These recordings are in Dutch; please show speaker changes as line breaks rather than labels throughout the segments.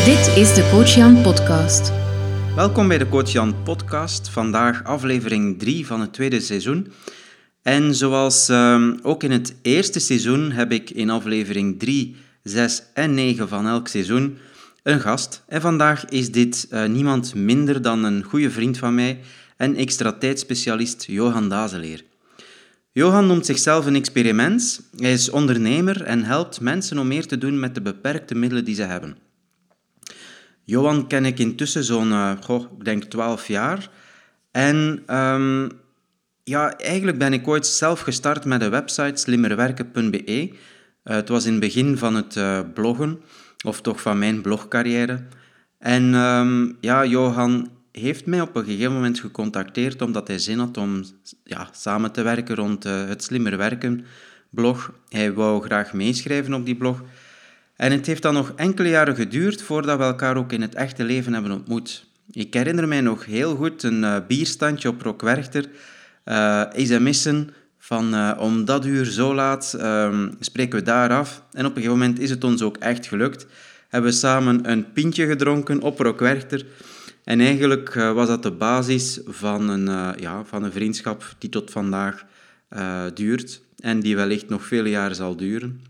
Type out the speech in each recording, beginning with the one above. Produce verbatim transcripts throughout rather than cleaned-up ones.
Dit is de Coach Jan podcast.
Welkom bij de Coach Jan podcast. Vandaag aflevering drie van het tweede seizoen. En zoals uh, ook in het eerste seizoen heb ik in aflevering drie, zes en negen van elk seizoen een gast. En vandaag is dit uh, niemand minder dan een goede vriend van mij en extra tijdspecialist Johan Dazeleer. Johan noemt zichzelf een experiment. Hij is ondernemer en helpt mensen om meer te doen met de beperkte middelen die ze hebben. Johan ken ik intussen zo'n, uh, goh, ik denk twaalf jaar. En um, ja, eigenlijk ben ik ooit zelf gestart met de website slimmerwerken punt be. Uh, het was in het begin van het uh, bloggen, of toch van mijn blogcarrière. En um, ja, Johan heeft mij op een gegeven moment gecontacteerd omdat hij zin had om ja, samen te werken rond uh, het Slimmer Werken blog. Hij wou graag meeschrijven op die blog. En het heeft dan nog enkele jaren geduurd voordat we elkaar ook in het echte leven hebben ontmoet. Ik herinner mij nog heel goed een uh, bierstandje op Rockwerchter, uh, sms'en van uh, om dat uur zo laat uh, spreken we daar af. En op een gegeven moment is het ons ook echt gelukt. Hebben we samen een pintje gedronken op Rockwerchter. En eigenlijk uh, was dat de basis van een, uh, ja, van een vriendschap die tot vandaag uh, duurt. En die wellicht nog vele jaren zal duren.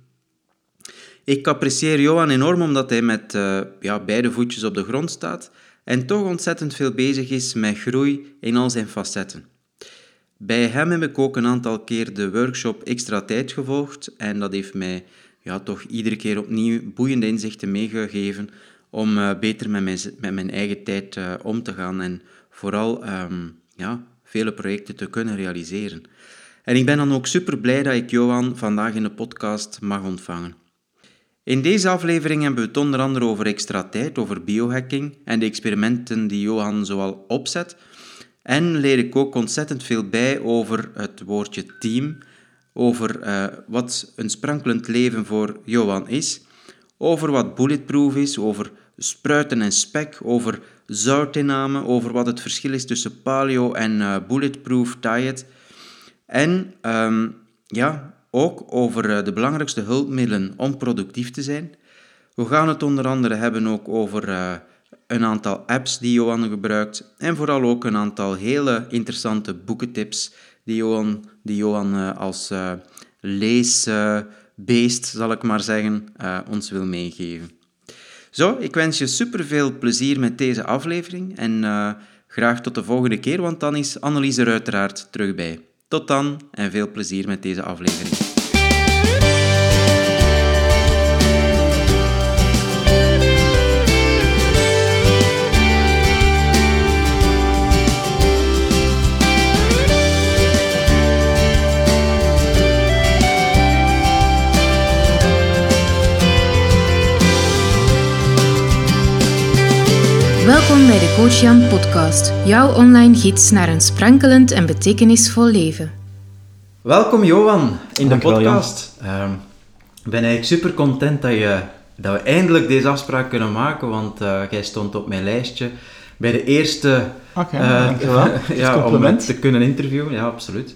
Ik apprecieer Johan enorm omdat hij met uh, ja, beide voetjes op de grond staat en toch ontzettend veel bezig is met groei in al zijn facetten. Bij hem heb ik ook een aantal keer de workshop Extra Tijd gevolgd en dat heeft mij ja, toch iedere keer opnieuw boeiende inzichten meegegeven om uh, beter met mijn, met mijn eigen tijd uh, om te gaan en vooral um, ja, vele projecten te kunnen realiseren. En ik ben dan ook super blij dat ik Johan vandaag in de podcast mag ontvangen. In deze aflevering hebben we het onder andere over extra tijd, over biohacking en de experimenten die Johan zoal opzet. En leer ik ook ontzettend veel bij over het woordje team, over uh, wat een sprankelend leven voor Johan is, over wat bulletproof is, over spruiten en spek, over zoutinname, over wat het verschil is tussen paleo en uh, bulletproof diet. En um, ja... ook over de belangrijkste hulpmiddelen om productief te zijn. We gaan het onder andere hebben ook over uh, een aantal apps die Johan gebruikt en vooral ook een aantal hele interessante boekentips die Johan, die Johan uh, als uh, leesbeest, uh, zal ik maar zeggen, uh, ons wil meegeven. Zo, ik wens je superveel plezier met deze aflevering en uh, graag tot de volgende keer, want dan is Annelies er uiteraard terug bij. Tot dan en veel plezier met deze aflevering.
Welkom bij de Coach Jan podcast, jouw online gids naar een sprankelend en betekenisvol leven.
Welkom Johan in de
Dank
podcast. Ik uh, ben eigenlijk super content dat, je, dat we eindelijk deze afspraak kunnen maken, want uh, jij stond op mijn lijstje bij de eerste
okay,
uh,
dankjewel.
ja, om te kunnen interviewen. Ja, absoluut.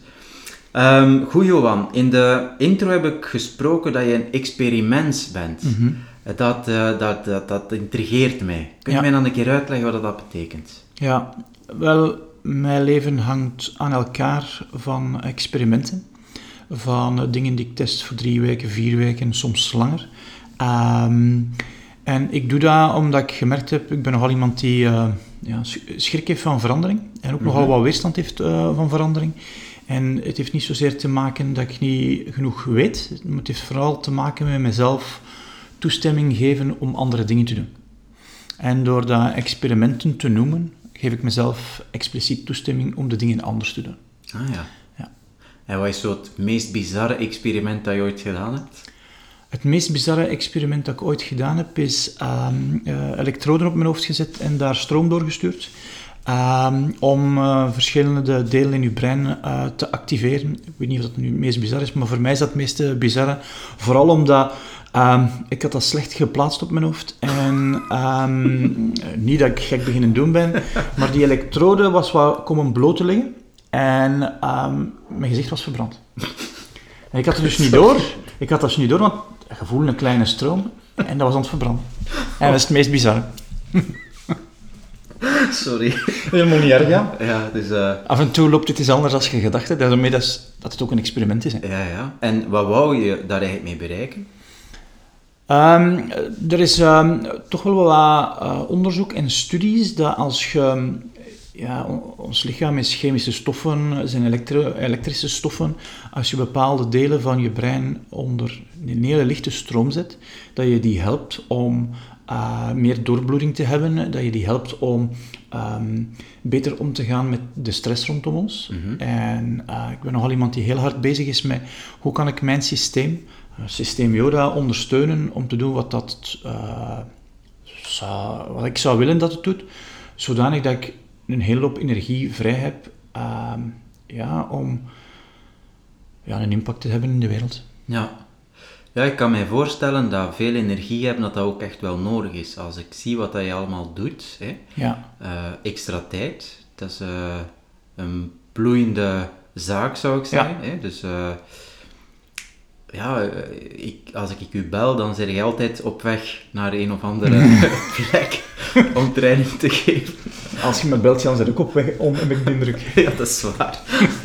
Um, goed Johan, in de intro heb ik gesproken dat je een experiment bent. Mm-hmm. Dat, uh, dat, dat, dat intrigeert mij. Kun je ja. mij dan een keer uitleggen wat dat betekent?
Ja, wel, mijn leven hangt aan elkaar van experimenten. Van uh, dingen die ik test voor drie weken, vier weken, soms langer. Um, en ik doe dat omdat ik gemerkt heb, ik ben nogal iemand die uh, ja, schrik heeft van verandering. En ook mm-hmm. nogal wat weerstand heeft uh, van verandering. En het heeft niet zozeer te maken dat ik niet genoeg weet. Het heeft vooral te maken met mezelf toestemming geven om andere dingen te doen. En door dat experimenten te noemen, geef ik mezelf expliciet toestemming om de dingen anders te doen.
Ah ja. ja. En wat is zo het meest bizarre experiment dat je ooit gedaan hebt?
Het meest bizarre experiment dat ik ooit gedaan heb, is um, uh, elektroden op mijn hoofd gezet en daar stroom doorgestuurd. Um, om uh, verschillende delen in je brein uh, te activeren. Ik weet niet of dat nu het meest bizar is, maar voor mij is dat het meest bizarre. Vooral omdat um, ik had dat slecht geplaatst op mijn hoofd. En um, niet dat ik gek beginnen doen ben, maar die elektrode was wat komen bloot te liggen. En um, mijn gezicht was verbrand. En ik had het dus niet door. Ik had dat dus niet door, want je voelde een kleine stroom. En dat was aan het verbranden. En dat is het meest bizarre.
Sorry.
Helemaal niet erg, ja.
Ja, dus... Uh...
Af en toe loopt het iets anders dan je gedacht hebt. Daarmee dat, is, dat het ook een experiment is. Hè.
Ja, ja. En wat wou je daar eigenlijk mee bereiken?
Um, er is um, toch wel wat uh, onderzoek en studies dat als je... Ja, ons lichaam is chemische stoffen, zijn elektro- elektrische stoffen. Als je bepaalde delen van je brein onder een hele lichte stroom zet, dat je die helpt om uh, meer doorbloeding te hebben, dat je die helpt om um, beter om te gaan met de stress rondom ons. Mm-hmm. En uh, ik ben nogal iemand die heel hard bezig is met hoe kan ik mijn systeem, uh, systeem Yoda, ondersteunen om te doen wat, dat, uh, zou, wat ik zou willen dat het doet, zodanig dat ik een hele hoop energie vrij heb uh, ja, om ja, een impact te hebben in de wereld.
Ja. Ja, ik kan mij voorstellen dat veel energie hebben, dat dat ook echt wel nodig is. Als ik zie wat dat je allemaal doet, hè.
Ja.
Uh, extra tijd, dat is uh, een bloeiende zaak, zou ik zeggen. Ja. Hè? Dus uh, ja, ik, als ik u bel, dan zit je altijd op weg naar een of andere plek om training te geven.
Als je me belt, dan zit ik op weg om, heb ik de indruk.
Ja, dat is waar.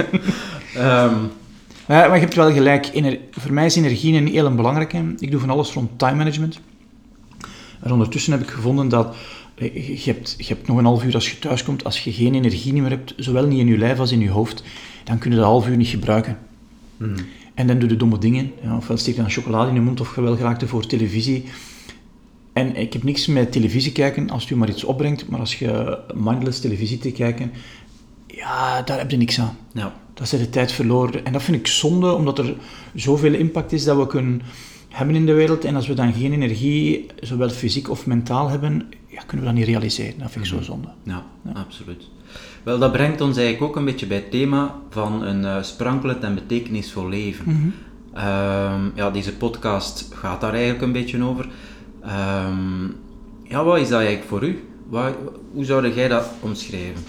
um,
ja, maar je hebt wel gelijk. Ener- voor mij is energie een heel belangrijke. Ik doe van alles rond time management. En ondertussen heb ik gevonden dat je hebt, je hebt nog een half uur als je thuis komt. Als je geen energie meer hebt, zowel niet in je lijf als in je hoofd, dan kun je dat half uur niet gebruiken. Mm. En dan doe je domme dingen. Ja, ofwel steek je dan chocolade in je mond, of je wel graag voor televisie. En ik heb niks met televisie kijken als het je maar iets opbrengt, maar als je mindless televisie te kijken, ja, daar heb je niks aan.
Ja.
Dat is de tijd verloren. En dat vind ik zonde, omdat er zoveel impact is dat we kunnen hebben in de wereld. En als we dan geen energie, zowel fysiek of mentaal hebben, ja, kunnen we dat niet realiseren. Dat vind ik mm-hmm. zo zonde.
Ja, ja, absoluut. Wel, dat brengt ons eigenlijk ook een beetje bij het thema van een uh, sprankelend en betekenisvol leven. Mm-hmm. Um, ja, deze podcast gaat daar eigenlijk een beetje over. Um, ja, wat is dat eigenlijk voor u? Wat, hoe zou jij dat omschrijven?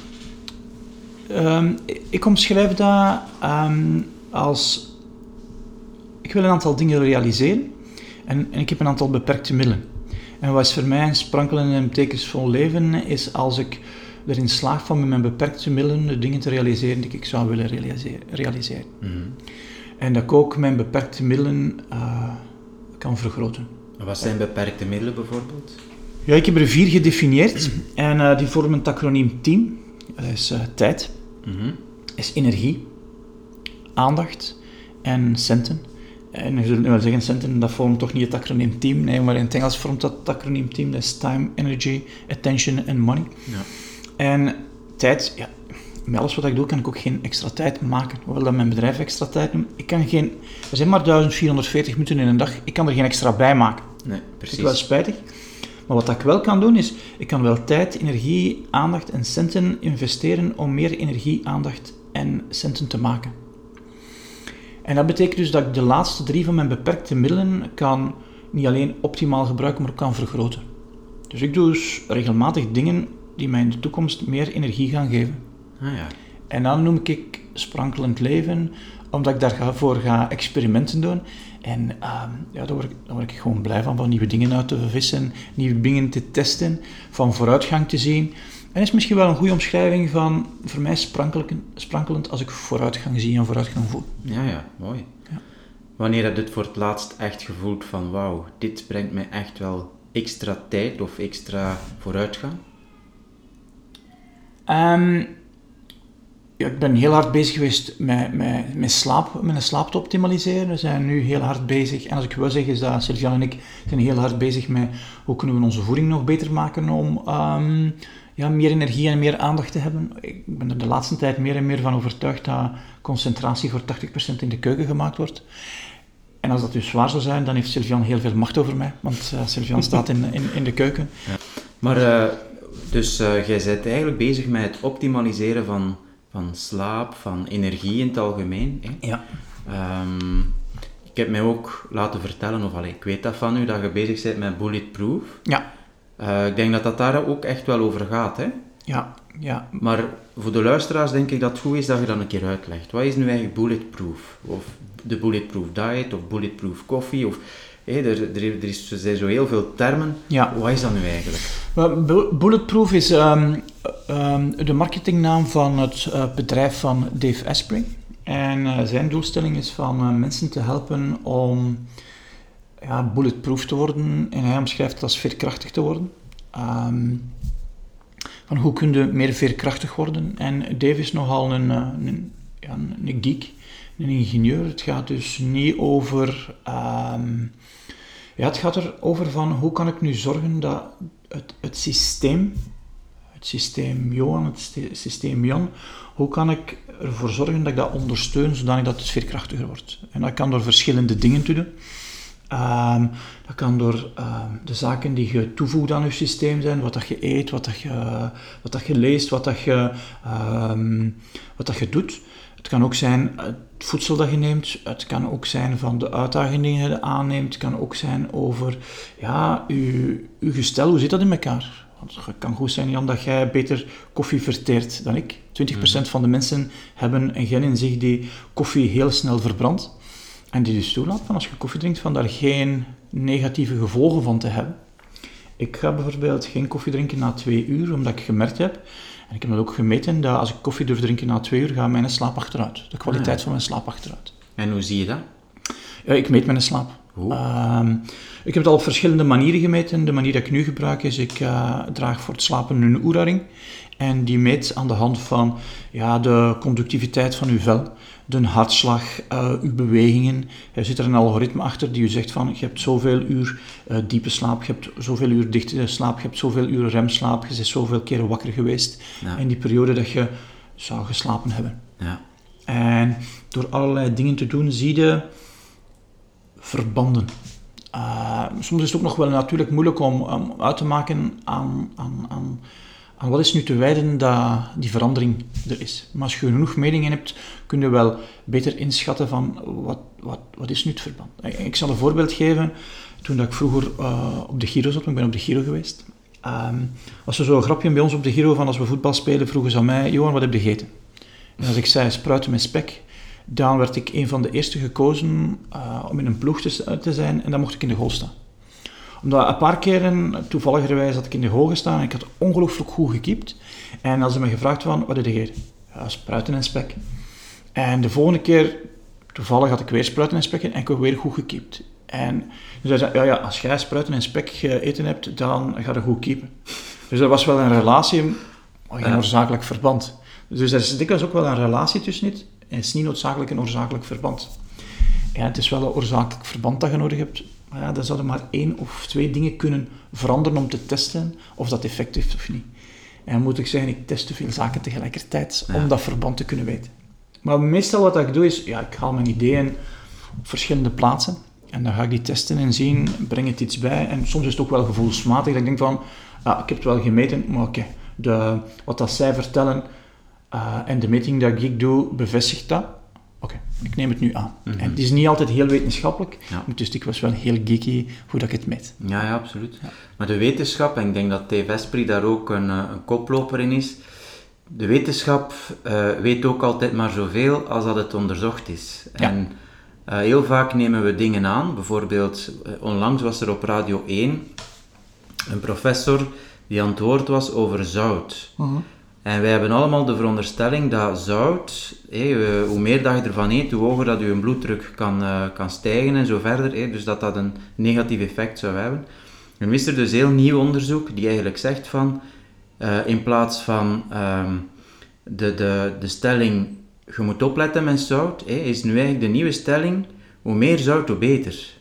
Um, ik omschrijf dat um, als... Ik wil een aantal dingen realiseren en, en ik heb een aantal beperkte middelen. En wat is voor mij een sprankelend en betekenisvol leven, is als ik erin slaag van met mijn beperkte middelen de dingen te realiseren die ik zou willen realiseren. realiseren. Mm-hmm. En dat ik ook mijn beperkte middelen uh, kan vergroten.
Wat zijn beperkte middelen bijvoorbeeld?
Ja, ik heb er vier gedefinieerd en uh, die vormen het acroniem TEAM. Dat is uh, tijd, mm-hmm. is energie, aandacht en centen. En je zult nu wel zeggen, centen, dat vormt toch niet het acroniem TEAM, nee, maar in het Engels vormt dat het acroniem TEAM, dat is time, energy, attention en money. Ja. En tijd, ja, met alles wat ik doe kan ik ook geen extra tijd maken. Hoewel dat mijn bedrijf extra tijd noemt. Ik kan geen, er zijn maar duizend vierhonderdveertig minuten in een dag, ik kan er geen extra bij maken.
Nee, precies.
Dat is wel spijtig. Maar wat ik wel kan doen is, ik kan wel tijd, energie, aandacht en centen investeren om meer energie, aandacht en centen te maken. En dat betekent dus dat ik de laatste drie van mijn beperkte middelen kan niet alleen optimaal gebruiken, maar ook kan vergroten. Dus ik doe dus regelmatig dingen die mij in de toekomst meer energie gaan geven.
Ah, ja.
En dan noem ik sprankelend leven, omdat ik daarvoor ga experimenten doen. En uh, ja, daar, word ik, daar word ik gewoon blij van, van nieuwe dingen uit te vissen, nieuwe dingen te testen, van vooruitgang te zien. En is misschien wel een goede omschrijving van, voor mij sprankelend als ik vooruitgang zie en vooruitgang voel.
Ja, ja, mooi. Ja. Wanneer heb je dit voor het laatst echt gevoeld van, wauw, dit brengt mij echt wel extra tijd of extra vooruitgang?
Um, ja, ik ben heel hard bezig geweest met, met, met, slaap, met een slaap te optimaliseren. We zijn nu heel hard bezig, en als ik wil zeggen is dat Sylvian en ik zijn heel hard bezig met hoe kunnen we onze voeding nog beter maken om um, ja, meer energie en meer aandacht te hebben. Ik ben er de laatste tijd meer en meer van overtuigd dat concentratie voor tachtig procent in de keuken gemaakt wordt. En als dat dus zwaar zou zijn, dan heeft Sylvian heel veel macht over mij, want uh, Sylvian staat in, in, in de keuken.
Ja. Maar uh, dus uh, jij bent eigenlijk bezig met het optimaliseren van, van slaap, van energie in het algemeen. Hè?
Ja.
Um, ik heb mij ook laten vertellen, of allee, ik weet dat van u, dat je bezig bent met Bulletproof.
Ja.
Uh, ik denk dat dat daar ook echt wel over gaat, hè?
Ja, ja.
Maar voor de luisteraars denk ik dat het goed is dat je dat een keer uitlegt. Wat is nu eigenlijk Bulletproof? Of de Bulletproof Diet, of Bulletproof Coffee, of... Hey, er, er, er, is, er zijn zo heel veel termen.
Ja.
Wat is dat nu eigenlijk?
Bulletproof is um, um, de marketingnaam van het uh, bedrijf van Dave Asprey. En uh, zijn doelstelling is van uh, mensen te helpen om ja, bulletproof te worden. En hij omschrijft het als veerkrachtig te worden. Um, van hoe kun je meer veerkrachtig worden? En Dave is nogal een, een, ja, een geek, een ingenieur. Het gaat dus niet over... Um, ja, het gaat erover van hoe kan ik nu zorgen dat het, het systeem, het systeem Johan, het systeem Jan, hoe kan ik ervoor zorgen dat ik dat ondersteun, zodanig dat het veerkrachtiger wordt. En dat kan door verschillende dingen te doen. Um, dat kan door um, de zaken die je toevoegt aan je systeem zijn, wat dat je eet, wat dat je, wat dat je leest, wat dat je, um, wat dat je doet. Het kan ook zijn het voedsel dat je neemt, het kan ook zijn van de uitdagingen die je aanneemt, het kan ook zijn over ja, je, je gestel, hoe zit dat in elkaar? Want het kan goed zijn, Jan, dat jij beter koffie verteert dan ik. twintig procent van de mensen hebben een gen in zich die koffie heel snel verbrandt. En die dus toelaat van als je koffie drinkt, van daar geen negatieve gevolgen van te hebben. Ik ga bijvoorbeeld geen koffie drinken na twee uur, omdat ik gemerkt heb, en ik heb dat ook gemeten, dat als ik koffie durf drinken na twee uur, gaat mijn slaap achteruit. De kwaliteit ah, ja. van mijn slaap achteruit.
En hoe zie je dat?
Ja, ik meet mijn slaap. Uh, ik heb het al op verschillende manieren gemeten. De manier die ik nu gebruik is, ik uh, draag voor het slapen een Oura-ring. En die meet aan de hand van ja, de conductiviteit van uw vel, de hartslag, uh, uw bewegingen. Er zit er een algoritme achter die u zegt van, je hebt zoveel uur uh, diepe slaap, je hebt zoveel uur dichte slaap, je hebt zoveel uur remslaap, je bent zoveel keren wakker geweest ja. in die periode dat je zou geslapen hebben.
Ja.
En door allerlei dingen te doen, zie je verbanden. Uh, soms is het ook nog wel natuurlijk moeilijk om um, uit te maken aan, aan, aan, aan wat is nu te wijden dat die verandering er is. Maar als je genoeg meningen hebt, kun je wel beter inschatten van wat, wat, wat is nu het verband. Ik zal een voorbeeld geven. Toen dat ik vroeger uh, op de Giro zat, ik ben op de Giro geweest, um, was er zo'n grapje bij ons op de Giro van als we voetbal spelen, vroegen ze aan mij, Johan, wat heb je gegeten? En als ik zei spruiten met spek, dan werd ik een van de eerste gekozen uh, om in een ploeg te, te zijn en dan mocht ik in de goal staan. Omdat een paar keren, toevalligerwijs had ik in de goal gestaan en ik had ongelooflijk goed gekiept. En als ze me gevraagd van, wat heb je gegeten? Ja, spruiten en spek. En de volgende keer, toevallig had ik weer spruiten en spek en ik heb weer goed gekiept. En dus hij zei, ja, ja, als jij spruiten en spek gegeten hebt, dan ga je goed kiepen. Dus er was wel een relatie, maar geen oorzakelijk verband. Dus er is dikwijls ook wel een relatie tussen het. En het is niet noodzakelijk een oorzakelijk verband. Ja, het is wel een oorzakelijk verband dat je nodig hebt. Maar ja, dan zouden maar één of twee dingen kunnen veranderen om te testen of dat effect heeft of niet. En dan moet ik zeggen, ik test te veel zaken tegelijkertijd om ja. dat verband te kunnen weten. Maar meestal wat ik doe is, ja, ik haal mijn ideeën op verschillende plaatsen. En dan ga ik die testen en zien, breng het iets bij. En soms is het ook wel gevoelsmatig. Dat ik denk van, ah, ik heb het wel gemeten, maar oké. Okay, wat dat zij vertellen... Uh, en de meting die ik doe, bevestigt dat. Oké, okay, ik neem het nu aan. Mm-hmm. En het is niet altijd heel wetenschappelijk, ja. Het is dikwijls wel heel geeky hoe dat ik het meet.
Ja, ja, absoluut. Ja. Maar de wetenschap, en ik denk dat Dave Asprey daar ook een, een koploper in is, de wetenschap uh, weet ook altijd maar zoveel als dat het onderzocht is. Ja. En uh, heel vaak nemen we dingen aan. Bijvoorbeeld, uh, onlangs was er op Radio één een professor die aan het woord was over zout. Mm-hmm. En wij hebben allemaal de veronderstelling dat zout, hé, hoe meer dat je ervan eet, hoe hoger dat je bloeddruk kan, uh, kan stijgen en zo verder. Hé, dus dat dat een negatief effect zou hebben. En nu is er dus heel nieuw onderzoek die eigenlijk zegt van, uh, in plaats van um, de, de, de stelling, je moet opletten met zout, hé, is nu eigenlijk de nieuwe stelling, hoe meer zout, hoe beter.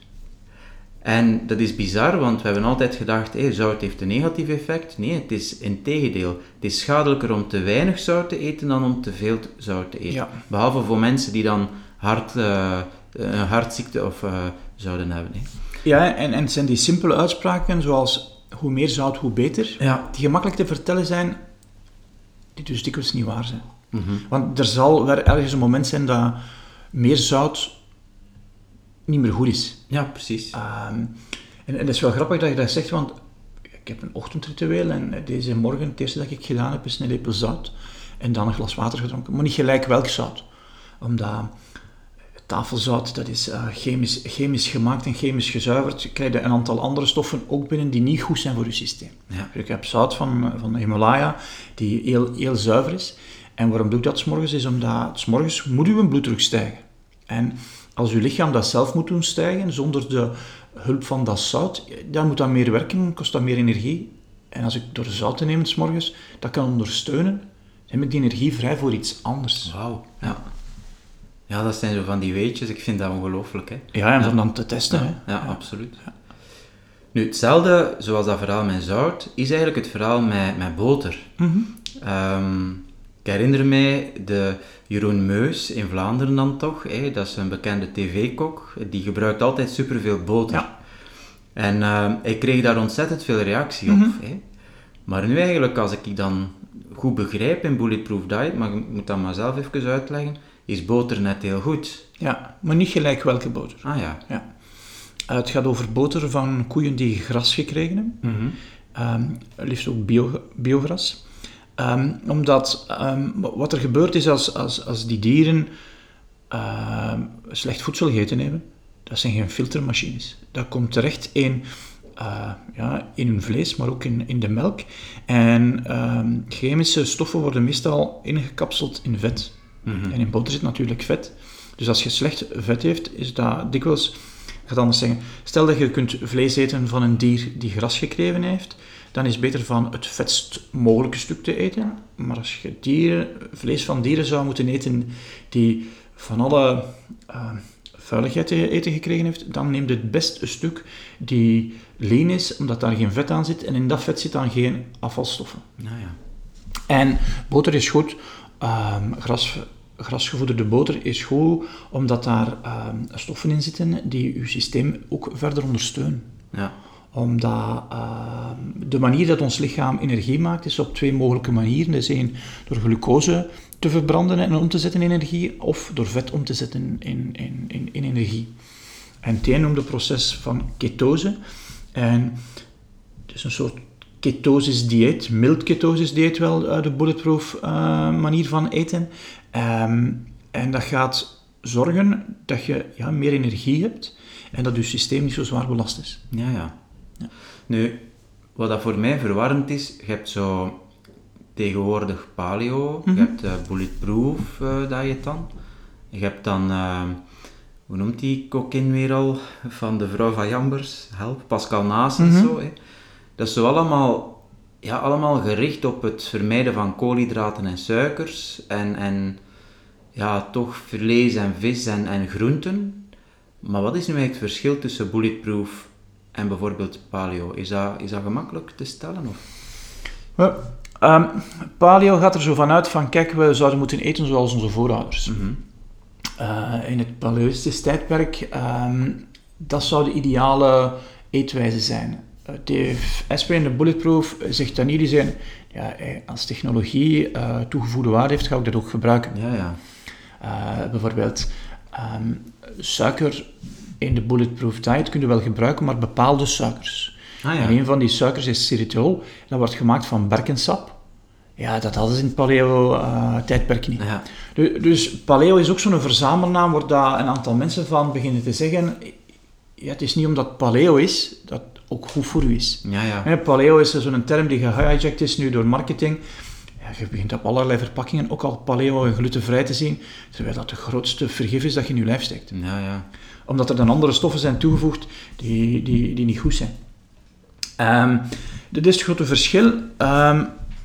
En dat is bizar, want we hebben altijd gedacht, hey, zout heeft een negatief effect. Nee, het is integendeel. Het is schadelijker om te weinig zout te eten dan om te veel zout te eten. Ja. Behalve voor mensen die dan hart, uh, een hartziekte of, uh, zouden hebben. Hè.
Ja, en, en het zijn die simpele uitspraken, zoals hoe meer zout, hoe beter, ja. die gemakkelijk te vertellen zijn, die dus dikwijls niet waar zijn. Mm-hmm. Want er zal wel ergens een moment zijn dat meer zout niet meer goed is.
Ja, precies.
Um, en, en dat is wel grappig dat je dat zegt, want ik heb een ochtendritueel en deze morgen, het eerste dat ik gedaan heb, is een lepel zout en dan een glas water gedronken. Maar niet gelijk welk zout. Omdat het tafelzout, dat is uh, chemisch, chemisch gemaakt en chemisch gezuiverd. Je krijgt een aantal andere stoffen ook binnen die niet goed zijn voor je systeem.
Ja.
Ik heb zout van, van de Himalaya, die heel, heel zuiver is. En waarom doe ik dat 's morgens? Is omdat 's morgens moet uw bloeddruk stijgen. En als uw lichaam dat zelf moet doen stijgen, zonder de hulp van dat zout, dan moet dat meer werken, kost dat meer energie. En als ik door zout te nemen 's morgens, dat kan ondersteunen, dan heb ik die energie vrij voor iets anders.
Wauw, ja. Ja, dat zijn zo van die weetjes, ik vind dat ongelooflijk, hè.
Ja, en
ja.
om dan te testen,
ja,
hè.
Ja, ja. absoluut. Ja. Nu, hetzelfde, zoals dat verhaal met zout, is eigenlijk het verhaal met, met boter.
Mm-hmm.
Um, ik herinner mij de Jeroen Meus, in Vlaanderen dan toch, hè, dat is een bekende tv-kok, die gebruikt altijd superveel boter.
Ja.
En uh, ik kreeg daar ontzettend veel reactie
mm-hmm.
op. Hè. Maar nu eigenlijk, als ik dan goed begrijp in Bulletproof Diet, maar ik moet dat maar zelf even uitleggen, is boter net heel goed.
Ja, maar niet gelijk welke boter.
Ah ja.
ja. Uh, het gaat over boter van koeien die gras gekregen hebben.
Mm-hmm.
Um, liefst ook bio, biogras. Um, omdat um, wat er gebeurt is als, als, als die dieren uh, slecht voedsel gegeten hebben, dat zijn geen filtermachines. Dat komt terecht in, uh, ja, in hun vlees, maar ook in, in de melk. En um, chemische stoffen worden meestal ingekapseld in vet. Mm-hmm. En in boter zit natuurlijk vet. Dus als je slecht vet heeft, is dat dikwijls... Ik ga het anders zeggen. Stel dat je kunt vlees eten van een dier die gras gekregen heeft, dan is het beter van het vetst mogelijke stuk te eten. Maar als je dieren, vlees van dieren zou moeten eten die van alle uh, vuiligheid te eten gekregen heeft, dan neem je het beste stuk die lean is, omdat daar geen vet aan zit. En in dat vet zit dan geen afvalstoffen.
Nou ja.
En boter is goed. Um, gras... Grasgevoederde boter is goed, omdat daar uh, stoffen in zitten die je systeem ook verder ondersteunen.
Ja.
Omdat uh, de manier dat ons lichaam energie maakt, is op twee mogelijke manieren. Dat is één, door glucose te verbranden en om te zetten in energie, of door vet om te zetten in, in, in, in energie. En het een noemt het proces van ketose. En het is een soort ketosis dieet, mild ketosis dieet wel, de bulletproof uh, manier van eten. Um, en dat gaat zorgen dat je ja, meer energie hebt en dat je systeem niet zo zwaar belast is.
Ja, ja. ja. Nu, wat dat voor mij verwarrend is, je hebt zo tegenwoordig paleo, mm-hmm. je hebt uh, bulletproof uh, diet dan, je hebt dan, uh, hoe noemt die kokin weer al, van de vrouw van Jambers, help, Pascal Naas en mm-hmm. zo, hè. Dat is zo allemaal, ja, allemaal gericht op het vermijden van koolhydraten en suikers en, en ja, toch vlees en vis en, en groenten. Maar wat is nu eigenlijk het verschil tussen bulletproof en bijvoorbeeld paleo? Is dat, is dat gemakkelijk te stellen? Of?
Well, um, paleo gaat er zo vanuit van, kijk, we zouden moeten eten zoals onze voorouders.
Mm-hmm.
Uh, in het paleolistisch tijdperk, um, dat zou de ideale eetwijze zijn. Dave Asprey in de Bulletproof zegt dan hier, die zijn, ja, als technologie uh, toegevoegde waarde heeft, ga ik dat ook gebruiken.
Ja, ja.
Uh, bijvoorbeeld um, suiker in de Bulletproof diet kun je wel gebruiken, maar bepaalde suikers.
Ah, ja.
En een van die suikers is xylitol, dat wordt gemaakt van berkensap. Ja, dat hadden ze in het paleo-tijdperk uh, niet.
Ja.
Dus, dus paleo is ook zo'n verzamelnaam waar dat een aantal mensen van beginnen te zeggen, ja, het is niet omdat paleo is, dat ook goed voor u is.
Ja, ja.
He, paleo is zo'n term die gehijacked is nu door marketing. Ja, je begint op allerlei verpakkingen ook al paleo en glutenvrij te zien, terwijl dat de grootste vergif is dat je in je lijf steekt.
Ja, ja.
Omdat er dan andere stoffen zijn toegevoegd die, die, die niet goed zijn. Um, dit is het grote verschil. Um,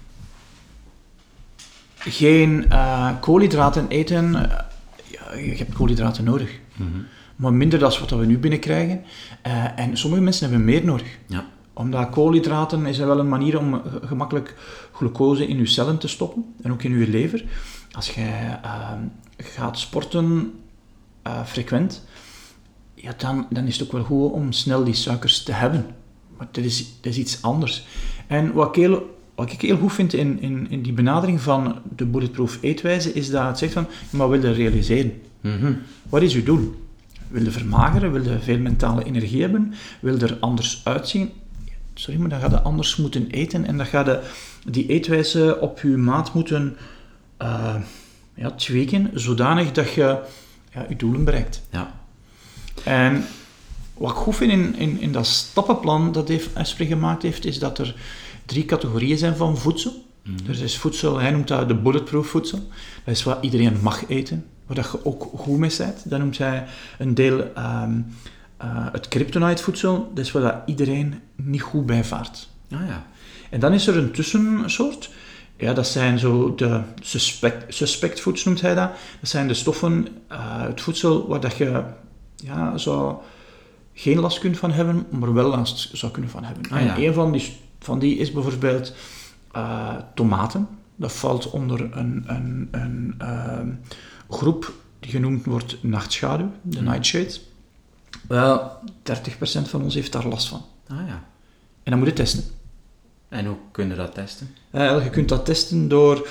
geen uh, koolhydraten eten. Uh, ja, je hebt koolhydraten nodig.
Mm-hmm.
Maar minder dan wat we nu binnenkrijgen. Uh, en sommige mensen hebben meer nodig.
Ja.
Omdat koolhydraten is wel een manier om gemakkelijk glucose in je cellen te stoppen. En ook in je lever. Als je uh, gaat sporten uh, frequent, ja, dan, dan is het ook wel goed om snel die suikers te hebben. Maar dat is, dat is iets anders. En wat ik heel, wat ik heel goed vind in, in, in die benadering van de Bulletproof eetwijze, is dat het zegt van, maar wil je realiseren?
Mm-hmm.
Wat is je doel? Wil je vermageren? Wil je veel mentale energie hebben? Wil je er anders uitzien? Sorry, maar dan ga je anders moeten eten en dan ga je die eetwijze op je maat moeten uh, ja, tweaken, zodanig dat je ja, je doelen bereikt.
Ja.
En wat ik goed vind in, in, in dat stappenplan dat Espree gemaakt heeft, is dat er drie categorieën zijn van voedsel. Mm-hmm. Dus er is voedsel, hij noemt dat de bulletproof voedsel. Dat is wat iedereen mag eten, waar dat je ook goed mee bent. Dat noemt hij een deel um, uh, het kryptonite voedsel. Dat is waar dat iedereen niet goed bij vaart.
Ah, ja.
En dan is er een tussensoort. Ja, dat zijn zo de suspect, suspect foods noemt hij dat. Dat zijn de stoffen, uh, het voedsel waar dat je ja, zo geen last kunt van hebben, maar wel last zou kunnen van hebben.
Ah,
en
ja.
een van die, van die is bijvoorbeeld uh, tomaten. Dat valt onder een, een, een uh, groep die genoemd wordt nachtschaduw, de
mm.
nightshade. Wel, dertig procent van ons heeft daar last van.
Ah, ja.
En dan moet je testen.
En hoe kun je dat testen?
Uh, je kunt dat testen door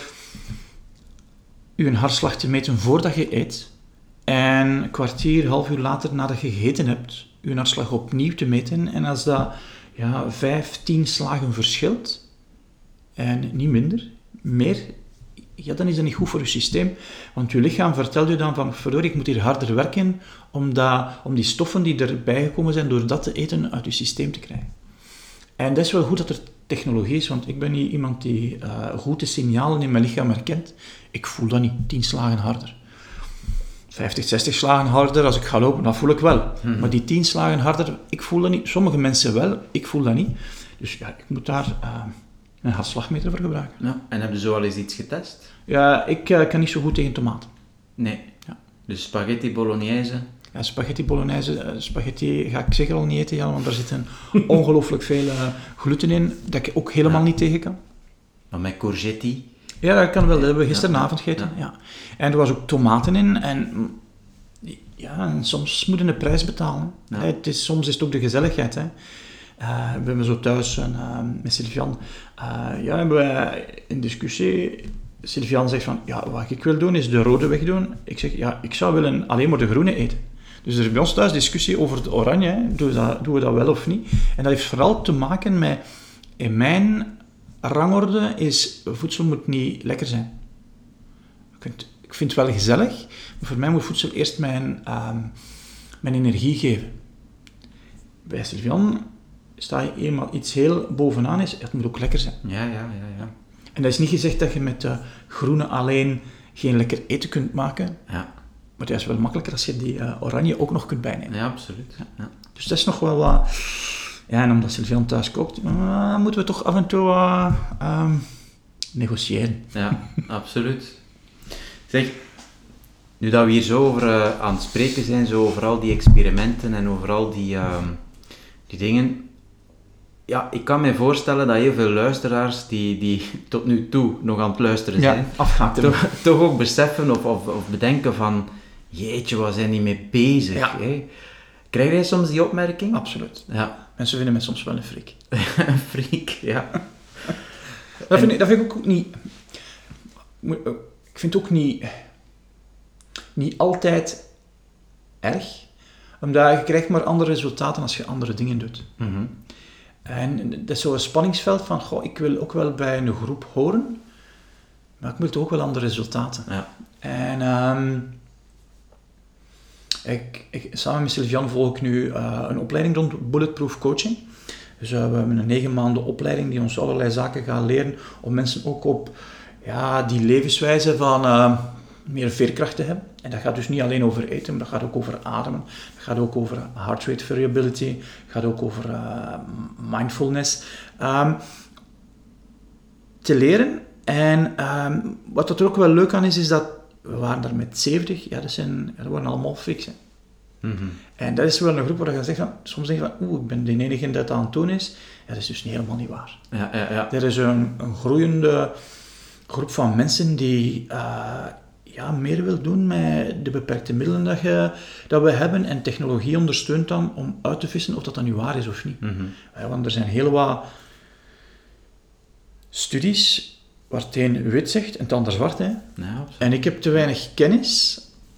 je hartslag te meten voordat je eet. En een kwartier, half uur later nadat je gegeten hebt, je hartslag opnieuw te meten. En als dat ja, vijf, tien slagen verschilt, en niet minder, meer, ja, dan is dat niet goed voor je systeem. Want je lichaam vertelt je dan van, verdorie, ik moet hier harder werken om, dat, om die stoffen die erbij gekomen zijn door dat te eten uit je systeem te krijgen. En dat is wel goed dat er technologie is, want ik ben niet iemand die uh, goede signalen in mijn lichaam herkent. Ik voel dat niet, tien slagen harder. vijftig, zestig slagen harder als ik ga lopen, dat voel ik wel. Mm-hmm. Maar die tien slagen harder, ik voel dat niet. Sommige mensen wel, ik voel dat niet. Dus ja, ik moet daar uh, een hartslagmeter voor gebruiken.
Ja. En heb je zo al eens iets getest?
Ja, ik uh, kan niet zo goed tegen tomaten.
Nee.
Ja.
Dus spaghetti bolognese?
Ja, spaghetti bolognese, uh, spaghetti ga ik zeker al niet eten, Jan, want daar zit ongelooflijk veel uh, gluten in, dat ik ook helemaal ja. niet tegen kan.
Maar met courgetti?
Ja, dat kan wel. Dat hebben we gisteravond ja. gegeten. Ja. Ja. En er was ook tomaten in. En, ja, en soms moet je een prijs betalen. Ja. Het is, soms is het ook de gezelligheid. Hè. Uh, we hebben zo thuis een, uh, met Sylvian... Uh, ja, hebben we een discussie. Sylvian zegt van... Ja, wat ik wil doen is de rode wegdoen. Ik zeg, ja, ik zou willen alleen maar de groene eten. Dus er is bij ons thuis discussie over de oranje. Hè. Doen we dat, doen we dat wel of niet? En dat heeft vooral te maken met... In mijn... rangorde is, voedsel moet niet lekker zijn. Ik vind het wel gezellig, maar voor mij moet voedsel eerst mijn, um, mijn energie geven. Bij Sylvian staat je eenmaal iets heel bovenaan is, het moet ook lekker zijn.
Ja, ja, ja, ja.
En dat is niet gezegd dat je met de groene alleen geen lekker eten kunt maken,
ja.
maar het is wel makkelijker als je die uh, oranje ook nog kunt bijnemen.
Ja, absoluut. Ja. Ja.
Dus dat is nog wel wat... Ja, en omdat Sylvian thuis kookt, uh, moeten we toch af en toe uh, um, negociëren.
Ja, absoluut. Zeg, nu dat we hier zo over uh, aan het spreken zijn, zo over al die experimenten en over al die, uh, die dingen, ja, ik kan me voorstellen dat heel veel luisteraars die, die tot nu toe nog aan het luisteren zijn,
ja, afgaat
toch, toch ook beseffen of, of, of bedenken van, jeetje, waar zijn die mee bezig?
Ja.
Hè? Krijg jij soms die opmerking?
Absoluut.
Ja.
Mensen vinden mij soms wel een freak.
Een freak, ja.
Dat vind, ik, dat vind ik ook niet... Ik vind het ook niet... Niet altijd erg. Omdat je krijgt maar andere resultaten als je andere dingen doet.
Mm-hmm.
En dat is zo'n spanningsveld van... Goh, ik wil ook wel bij een groep horen. Maar ik wil toch ook wel andere resultaten.
Ja.
En... Um, Ik, ik, samen met Sylvian volg ik nu uh, een opleiding rond bulletproof coaching. Dus uh, we hebben een negen maanden opleiding die ons allerlei zaken gaat leren om mensen ook op ja, die levenswijze van uh, meer veerkracht te hebben. En dat gaat dus niet alleen over eten, maar dat gaat ook over ademen. Dat gaat ook over heart rate variability. Dat gaat ook over uh, mindfulness. Um, te leren. En um, wat er ook wel leuk aan is, is dat we waren daar met zeventig, ja, dat, zijn, dat waren allemaal fixen.
Mm-hmm.
En dat is wel een groep waar je zegt van, soms denk je van, oeh, ik ben de enige die dat aan het doen is. Ja, dat is dus niet helemaal niet waar.
Ja, ja, ja.
Er is een, een groeiende groep van mensen die uh, ja, meer wil doen met de beperkte middelen dat, je, dat we hebben. En technologie ondersteunt dan om uit te vissen of dat dan nu waar is of niet.
Mm-hmm.
Ja, want er zijn heel wat studies waar het een wit zegt en het ander zwart. Hè.
Ja,
en ik heb te weinig kennis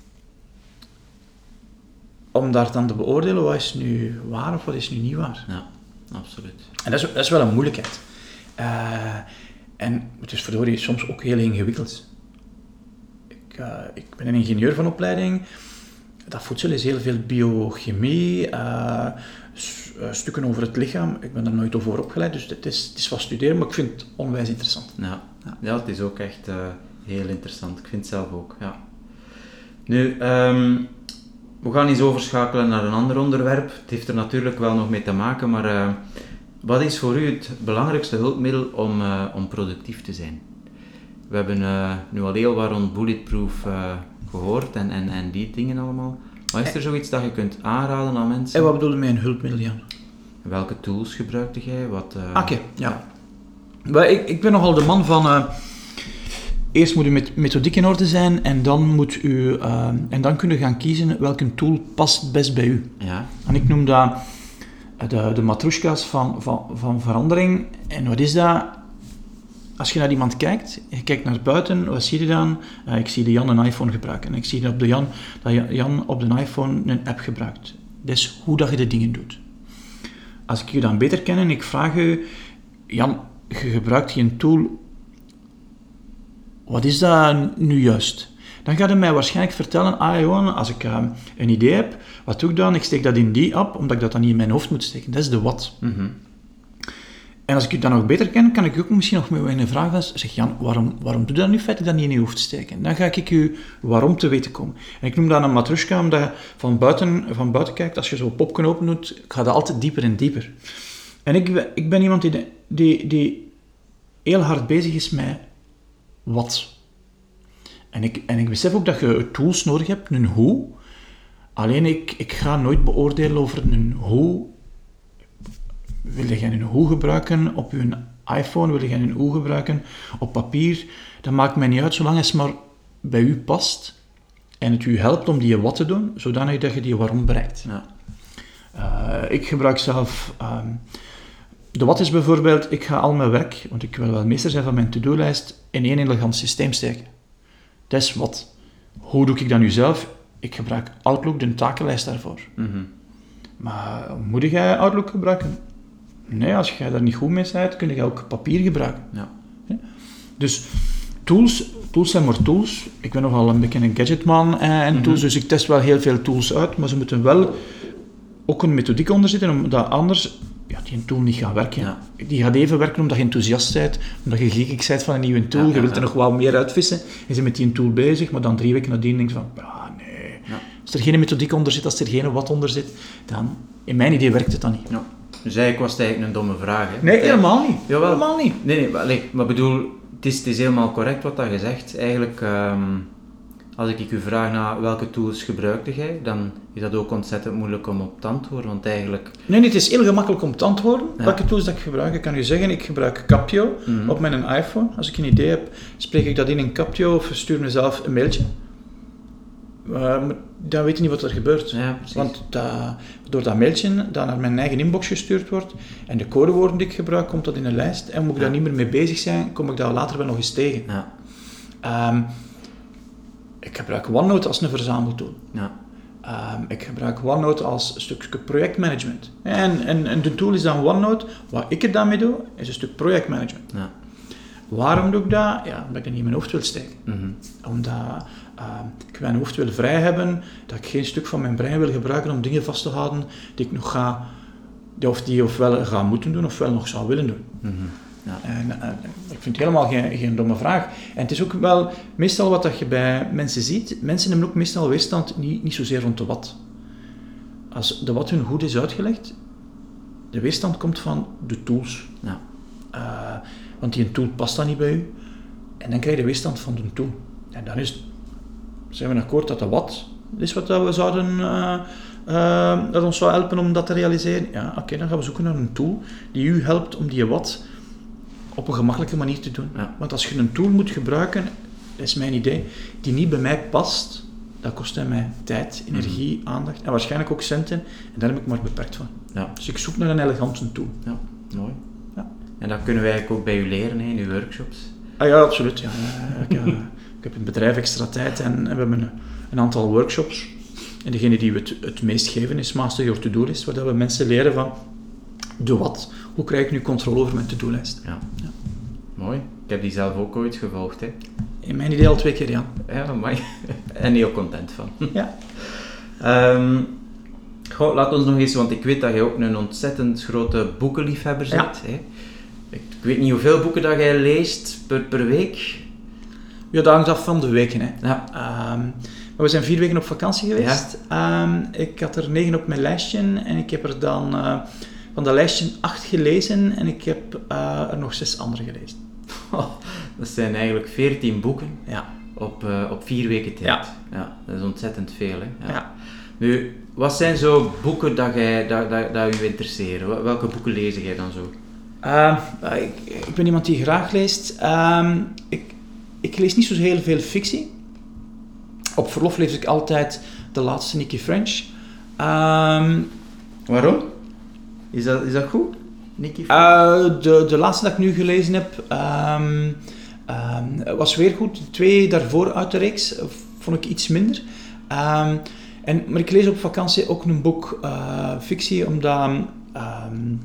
om daar dan te beoordelen wat is nu waar of wat is nu niet waar.
Ja, absoluut.
En dat is, dat is wel een moeilijkheid. Uh, en het is verdorie soms ook heel ingewikkeld. Ik, uh, ik ben een ingenieur van opleiding dat voedsel is heel veel biochemie, uh, s- uh, stukken over het lichaam. Ik ben er nooit over opgeleid, dus het is, het is wat studeren, maar ik vind het onwijs interessant.
Ja, ja. ja het is ook echt uh, heel interessant. Ik vind het zelf ook, ja. Nu, um, we gaan eens overschakelen naar een ander onderwerp. Het heeft er natuurlijk wel nog mee te maken, maar uh, wat is voor u het belangrijkste hulpmiddel om, uh, om productief te zijn? We hebben uh, nu al heel wat rond Bulletproof uh, gehoord en, en, en die dingen allemaal. Maar is er zoiets dat je kunt aanraden aan mensen?
En wat bedoel je met een hulpmiddel, Jan?
Welke tools gebruikte jij? Wat, uh,
Oké, okay, ja. ja. Ik, ik ben nogal de man van... Uh, eerst moet uw methodiek in orde zijn en dan, moet u, uh, en dan kun je gaan kiezen welke tool past het best bij u.
Ja.
En ik noem dat de, de matroeska's van, van, van verandering. En wat is dat? Als je naar iemand kijkt, je kijkt naar buiten, wat zie je dan? Uh, ik zie de Jan een iPhone gebruiken. En ik zie op de Jan, dat Jan op de iPhone een app gebruikt. Dat is hoe dat je de dingen doet. Als ik je dan beter ken en ik vraag je, Jan, je gebruikt hier een tool, wat is dat nu juist? Dan gaat hij mij waarschijnlijk vertellen, ah Johan, als ik uh, een idee heb, wat doe ik dan? Ik steek dat in die app, omdat ik dat dan niet in mijn hoofd moet steken. Dat is de wat.
Mm-hmm.
En als ik je dan nog beter ken, kan ik ook misschien nog met een vraag van zeg Jan, waarom, waarom doe je dat nu feitelijk dat niet in je hoofd steken? Dan ga ik je waarom te weten komen. En ik noem dat een matrushka, omdat je van buiten, van buiten kijkt, als je zo'n popken open doet, gaat dat altijd dieper en dieper. En ik, ik ben iemand die, die, die heel hard bezig is met wat. En ik, en ik besef ook dat je tools nodig hebt, een hoe. Alleen ik, ik ga nooit beoordelen over een hoe. Wil je een hoe gebruiken op je iPhone? Wil je een hoe gebruiken op papier? Dat maakt mij niet uit, zolang het maar bij u past en het u helpt om die wat te doen, zodanig dat je die waarom bereikt.
Ja.
Uh, ik gebruik zelf... Um, de wat is bijvoorbeeld, ik ga al mijn werk, want ik wil wel meester zijn van mijn to-do-lijst, in één elegant systeem steken. Dat is wat. Hoe doe ik dat nu zelf? Ik gebruik Outlook, de takenlijst daarvoor.
Mm-hmm.
Maar moet jij Outlook gebruiken? Nee, als jij daar niet goed mee bent, kun je ook papier gebruiken.
Ja.
Ja? Dus tools, tools zijn maar tools. Ik ben nogal een beetje een gadgetman en mm-hmm. tools, dus ik test wel heel veel tools uit, maar ze moeten wel ook een methodiek onder zitten, omdat anders ja, die een tool niet gaat werken.
Ja.
Die gaat even werken omdat je enthousiast bent, omdat je geekig bent van een nieuwe tool, ja, je wilt ja, ja. er nog wel meer uitvissen, je bent met die tool bezig, maar dan drie weken nadien denk je van, ah nee, ja. als er geen methodiek onder zit, als er geen wat onder zit, dan, in mijn idee werkt het dan niet.
Ja. Dus eigenlijk was het eigenlijk een domme vraag. Hè?
Nee, helemaal niet.
Jawel.
Helemaal niet.
Nee, nee, maar, nee, maar bedoel, het is, het is helemaal correct wat dat je zegt. Eigenlijk, um, als ik u vraag naar welke tools gebruikte jij, dan is dat ook ontzettend moeilijk om op te antwoorden, want eigenlijk...
Nee, nee, het is heel gemakkelijk om te antwoorden.
Ja.
Welke tools dat ik gebruik? Ik kan u zeggen, ik gebruik Captio mm-hmm. op mijn iPhone. Als ik een idee heb, spreek ik dat in in Captio of stuur mezelf een mailtje. Uh, maar dan weet je niet wat er gebeurt.
Ja,
want dat, door dat mailtje dat naar mijn eigen inbox gestuurd wordt en de codewoorden die ik gebruik, komt dat in een lijst. En moet ik ja. daar niet meer mee bezig zijn, kom ik daar later wel nog eens tegen.
Ja.
Um, ik gebruik OneNote als een verzameltool.
Ja.
Um, ik gebruik OneNote als een stukje projectmanagement. En, en, en de tool is dan OneNote. Wat ik er daarmee doe, is een stuk projectmanagement.
Ja.
Waarom doe ik dat? Ja, omdat ik dat niet in mijn hoofd wil steken.
Mm-hmm.
Omdat uh, ik mijn hoofd wil vrij hebben, dat ik geen stuk van mijn brein wil gebruiken om dingen vast te houden die ik nog ga, die of die ofwel ga moeten doen, ofwel nog zou willen doen.
Mm-hmm. Ja.
En, en, ik vind het helemaal geen, geen domme vraag. En het is ook wel meestal wat dat je bij mensen ziet. Mensen hebben ook meestal weerstand, niet, niet zozeer rond de wat. Als de wat hun goed is uitgelegd, de weerstand komt van de tools.
Ja.
Uh, want die een tool past dan niet bij u. En dan krijg je de weerstand van de tool. En dan is, zijn we akkoord dat de wat is wat dat we zouden... Uh, uh, dat ons zou helpen om dat te realiseren. Ja, oké, okay, dan gaan we zoeken naar een tool die u helpt om die wat op een gemakkelijke manier te doen.
Ja.
Want als je een tool moet gebruiken, dat is mijn idee, die niet bij mij past, dat kost mij tijd, energie, mm-hmm. aandacht en waarschijnlijk ook centen. En daar heb ik maar beperkt van.
Ja.
Dus ik zoek naar een elegante tool.
Ja, mooi.
Ja.
En dat kunnen wij eigenlijk ook bij u leren, hè, in uw workshops?
Ah ja, absoluut. Ja. ik, uh, ik heb in het bedrijf extra tijd en, en we hebben een, een aantal workshops. En degene die we het, het meest geven is Master Your To-Do-list, waar we mensen leren van de wat. Hoe krijg ik nu controle over mijn to-do-lijst?
Ja. Ja. Mooi. Ik heb die zelf ook ooit gevolgd. Hè.
In mijn idee al twee keer, ja.
Ja, mooi. En heel content van.
Ja.
Um, goh, laat ons nog eens, want ik weet dat jij ook een ontzettend grote boekenliefhebber bent. Ja. Hè? Ik, ik weet niet hoeveel boeken dat jij leest per, per week.
Ja, dat hangt af van de weken. Hè.
Ja.
Um, maar we zijn vier weken op vakantie geweest. Ja. Um, ik had er negen op mijn lijstje en ik heb er dan uh, van dat lijstje acht gelezen en ik heb uh, er nog zes andere gelezen.
Oh, dat zijn eigenlijk veertien boeken
ja.
op, uh, op vier weken tijd.
Ja.
Ja, dat is ontzettend veel. Hè? Ja.
Ja.
Nu, wat zijn zo boeken dat, jij, dat, dat, dat u interesseren? Welke boeken lees jij dan zo?
Uh, ik, ik ben iemand die graag leest. Uh, ik, ik lees niet zo heel veel fictie. Op verlof lees ik altijd de laatste Nicky French. Um,
Waarom? Is dat, is dat goed? Nicky French?
Uh, de, de laatste dat ik nu gelezen heb um, um, was weer goed. De twee daarvoor uit de reeks vond ik iets minder. Um, en, maar ik lees op vakantie ook een boek uh, fictie, omdat um,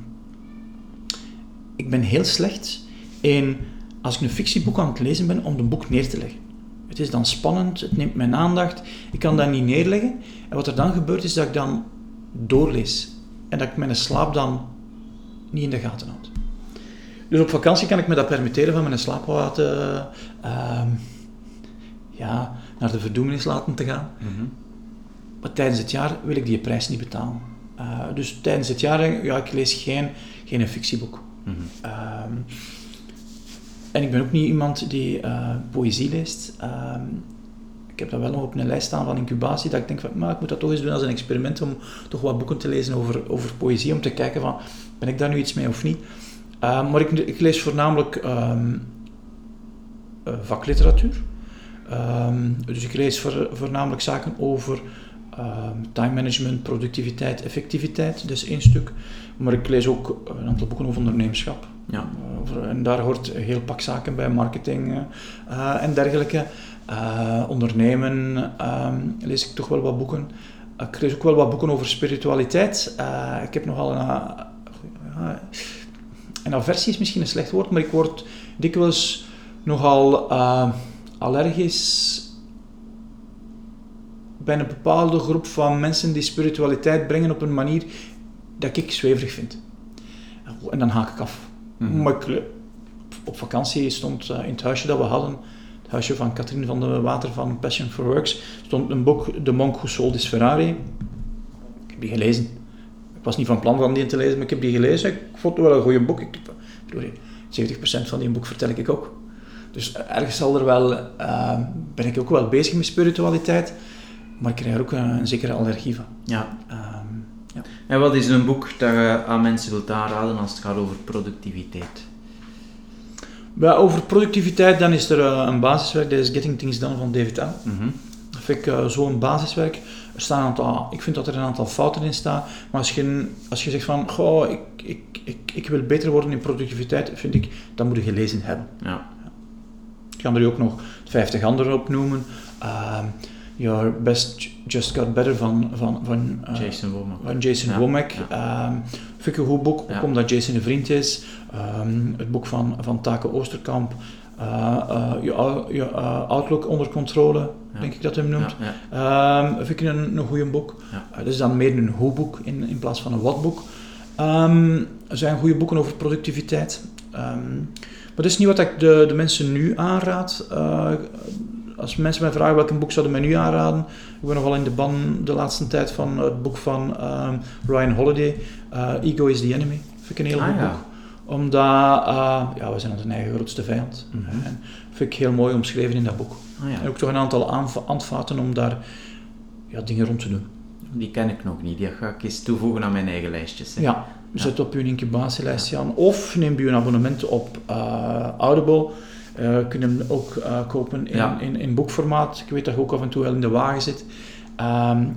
ik ben heel slecht in, als ik een fictieboek aan het lezen ben, om een boek neer te leggen. Het is dan spannend, het neemt mijn aandacht, ik kan dat niet neerleggen. En wat er dan gebeurt is dat ik dan doorlees. En dat ik mijn slaap dan niet in de gaten houd. Dus op vakantie kan ik me dat permitteren van mijn slaap wat uh, uh, ja, naar de verdoemenis laten te gaan. Mm-hmm. Maar tijdens het jaar wil ik die prijs niet betalen. Uh, dus tijdens het jaar, ja, ik lees geen, geen fictieboek. Mm-hmm. Uh, en ik ben ook niet iemand die uh, poëzie leest. Uh, ik heb dat wel nog op een lijst staan van incubatie, dat ik denk van, maar ik moet dat toch eens doen als een experiment om toch wat boeken te lezen over, over poëzie, om te kijken van, ben ik daar nu iets mee of niet? Uh, maar ik, ik lees voornamelijk um, uh, vakliteratuur. Um, dus ik lees voor, voornamelijk zaken over um, time management, productiviteit, effectiviteit, dat is één stuk. Maar ik lees ook een aantal boeken over ondernemerschap.
Ja.
Uh, over, en daar hoort een heel pak zaken bij, marketing uh, en dergelijke. Uh, ondernemen, uh, lees ik toch wel wat boeken. Uh, ik lees ook wel wat boeken over spiritualiteit. Uh, ik heb nogal een... Uh, een aversie is misschien een slecht woord, maar ik word dikwijls nogal uh, allergisch bij een bepaalde groep van mensen die spiritualiteit brengen op een manier dat ik zweverig vind. En dan haak ik af. Mm-hmm. Maar ik, op vakantie stond uh, in het huisje dat we hadden, het huisje van Katrien van de Water van Passion for Works, stond een boek, De Monk Who Sold His Ferrari. Ik heb die gelezen. Ik was niet van plan van die te lezen, maar ik heb die gelezen. Ik vond het wel een goeie boek. Ik, zeventig procent van die boek vertel ik ook. Dus ergens zal er wel, uh, ben ik ook wel bezig met spiritualiteit, maar ik krijg er ook een, een zekere allergie van.
Ja. Um, ja. En wat is een boek dat je aan mensen wilt aanraden als het gaat over productiviteit?
Ja, over productiviteit, dan is er uh, een basiswerk, dat is Getting Things Done van David Allen. Mm-hmm. Dat vind ik uh, zo'n basiswerk. Er staan een aantal, ik vind dat er een aantal fouten in staan, maar als je, als je zegt van, goh, ik, ik, ik, ik wil beter worden in productiviteit, vind ik, dat moet je gelezen hebben.
Ja.
Ja. Ik kan er ook nog vijftig anderen op noemen. Uh, Your Best Just Got Better van, van, van, uh,
Jason Womack.
Van Jason
ja.
Womack.
Ja.
Um, vind ik een goed boek, ook
ja. omdat
Jason een vriend is. Um, het boek van, van Take Oosterkamp. Uh, uh, je, je uh, Outlook onder controle, ja. denk ik dat hij hem noemt.
Ja, ja.
Um, vind ik een, een goede boek.
Ja.
Uh, dat is dan meer een hoe-boek in, in plaats van een wat-boek. Um, er zijn goede boeken over productiviteit. Um, maar dat is niet wat ik de, de mensen nu aanraad. Uh, als mensen mij vragen welk boek zouden mij nu aanraden, ik ben nogal in de ban de laatste tijd van het boek van um, Ryan Holiday, uh, Ego is the Enemy. Vind ik een heel
ah,
goed
ja.
boek. Omdat, uh, ja, we zijn onze eigen grootste vijand. Mm-hmm. En vind ik heel mooi omschreven in dat boek.
Ah, ja.
En ook toch een aantal aanv- handvaten om daar ja, dingen rond te doen.
Die ken ik nog niet, die ga ik eens toevoegen aan mijn eigen lijstjes. Hè.
Ja, zet ja. op je incubatielijstje ja. aan. Of neem je een abonnement op uh, Audible. Uh, kun je hem ook uh, kopen in,
ja.
in, in boekformaat. Ik weet dat je ook af en toe wel in de wagen zit. Um,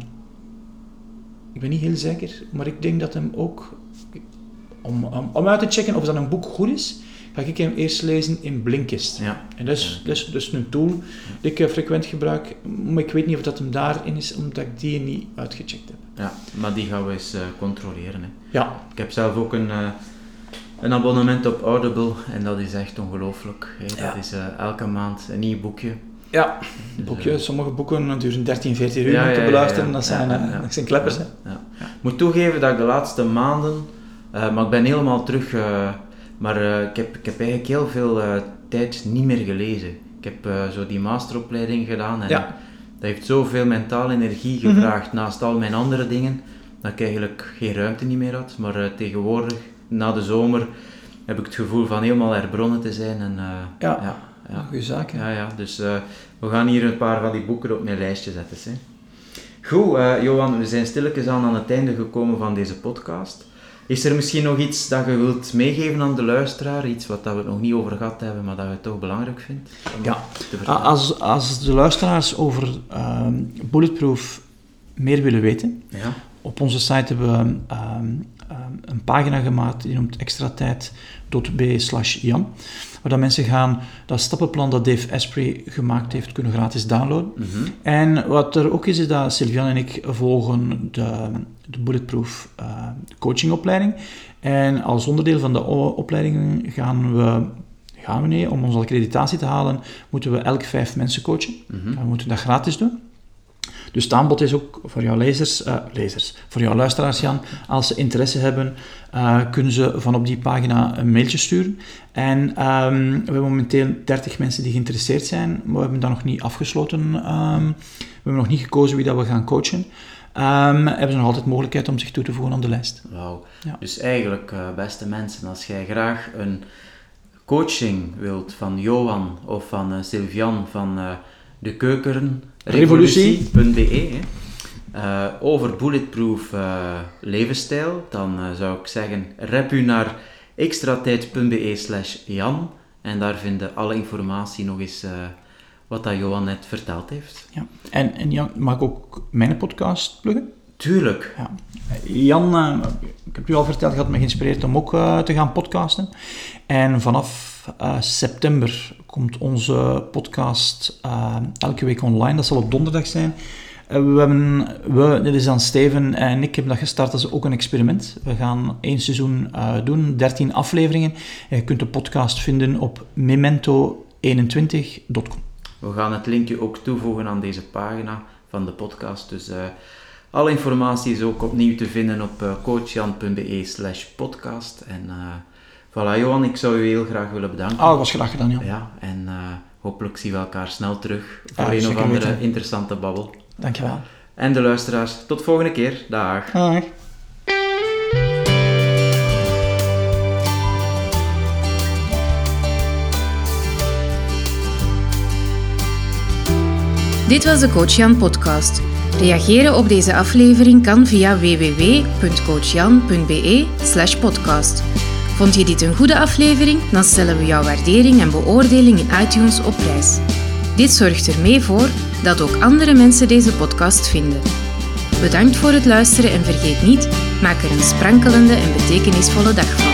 ik ben niet heel zeker, maar ik denk dat hem ook... Om, om, om uit te checken of dat een boek goed is, ga ik hem eerst lezen in Blinkist.
Ja.
En dat is,
ja.
dat, is, dat is een tool ja. die ik uh, frequent gebruik, maar ik weet niet of dat hem daarin is, omdat ik die niet uitgecheckt heb.
Ja, maar die gaan we eens uh, controleren. Hè.
Ja.
Ik heb zelf ook een, uh, een abonnement op Audible en dat is echt ongelooflijk. Hè. Ja. Dat is uh, elke maand een nieuw boekje.
Ja, boekjes. Sommige boeken duren dertien, veertien uur
ja,
om
ja,
te beluisteren.
ja, ja.
Dat, zijn,
ja, ja, ja.
dat zijn kleppers.
Ja,
Hè?
ja. Ja. Ik moet toegeven dat ik de laatste maanden, uh, maar ik ben helemaal terug, uh, maar uh, ik, heb, ik heb eigenlijk heel veel uh, tijd niet meer gelezen. Ik heb uh, zo die masteropleiding gedaan en
Ja.
dat heeft zoveel mentale energie gevraagd
Mm-hmm.
naast al mijn andere dingen, dat ik eigenlijk geen ruimte niet meer had. Maar uh, tegenwoordig, na de zomer, heb ik het gevoel van helemaal herbronnen te zijn. En, uh,
Ja.
ja, ja.
Goeie zaak. Hè?
Ja, ja, dus uh, we gaan hier een paar van die boeken op mijn lijstje zetten. Hè. Goed, uh, Johan, we zijn stilletjes aan aan het einde gekomen van deze podcast. Is er misschien nog iets dat je wilt meegeven aan de luisteraar? Iets wat dat we het nog niet over gehad hebben, maar dat je toch belangrijk vindt?
Ja, als, als de luisteraars over uh, Bulletproof meer willen weten,
ja.
op onze site hebben we uh, uh, een pagina gemaakt die noemt extratijd.be slash Jan, waar dat mensen gaan dat stappenplan dat Dave Asprey gemaakt heeft kunnen gratis downloaden.
Mm-hmm.
En wat er ook is, is dat Sylvian en ik volgen de, de Bulletproof uh, coachingopleiding. En als onderdeel van de opleiding gaan we, gaan we nee, om onze accreditatie te halen, moeten we elk vijf mensen coachen.
Mm-hmm.
We moeten dat gratis doen. Dus het aanbod is ook voor jouw lezers, uh, lezers, voor jouw luisteraars, Jan. Als ze interesse hebben, uh, kunnen ze van op die pagina een mailtje sturen. En um, we hebben momenteel dertig mensen die geïnteresseerd zijn, maar we hebben dat nog niet afgesloten. Um, we hebben nog niet gekozen wie dat we gaan coachen. Um, hebben ze nog altijd mogelijkheid om zich toe te voegen aan de lijst.
Wauw.
Ja.
Dus eigenlijk, uh, beste mensen, als jij graag een coaching wilt van Johan of van uh, Sylvian van uh, de keukenrevolutie punt be uh, over bulletproof uh, levensstijl, dan uh, zou ik zeggen, rep u naar extratijd.be slash Jan en daar vinden alle informatie nog eens uh, wat dat Johan net verteld heeft.
Ja. En, en Jan, mag ik ook mijn podcast pluggen?
Tuurlijk.
Ja. Jan, uh, ik heb u al verteld, had me geïnspireerd om ook uh, te gaan podcasten. En vanaf uh, september komt onze podcast uh, elke week online. Dat zal op donderdag zijn. Uh, we hebben, we, dit is dan Steven en ik heb dat gestart als ook een experiment. We gaan één seizoen uh, doen, dertien afleveringen. En je kunt de podcast vinden op memento eenentwintig punt com.
We gaan het linkje ook toevoegen aan deze pagina van de podcast. Dus uh, alle informatie is ook opnieuw te vinden op uh, coachjan.be slash podcast. En uh, voilà, Johan, ik zou u heel graag willen bedanken.
Ah, dat was graag gedaan, ja.
Ja, en uh, hopelijk zien we elkaar snel terug voor
Ah,
een of andere
weten.
interessante babbel.
Dankjewel.
En de luisteraars, tot volgende keer. Dag.
Dag.
Dit was de Coach Jan podcast. Reageren op deze aflevering kan via w w w punt coachjan punt be slash podcast. Vond je dit een goede aflevering? Dan stellen we jouw waardering en beoordeling in iTunes op prijs. Dit zorgt er mee voor dat ook andere mensen deze podcast vinden. Bedankt voor het luisteren en vergeet niet, maak er een sprankelende en betekenisvolle dag van.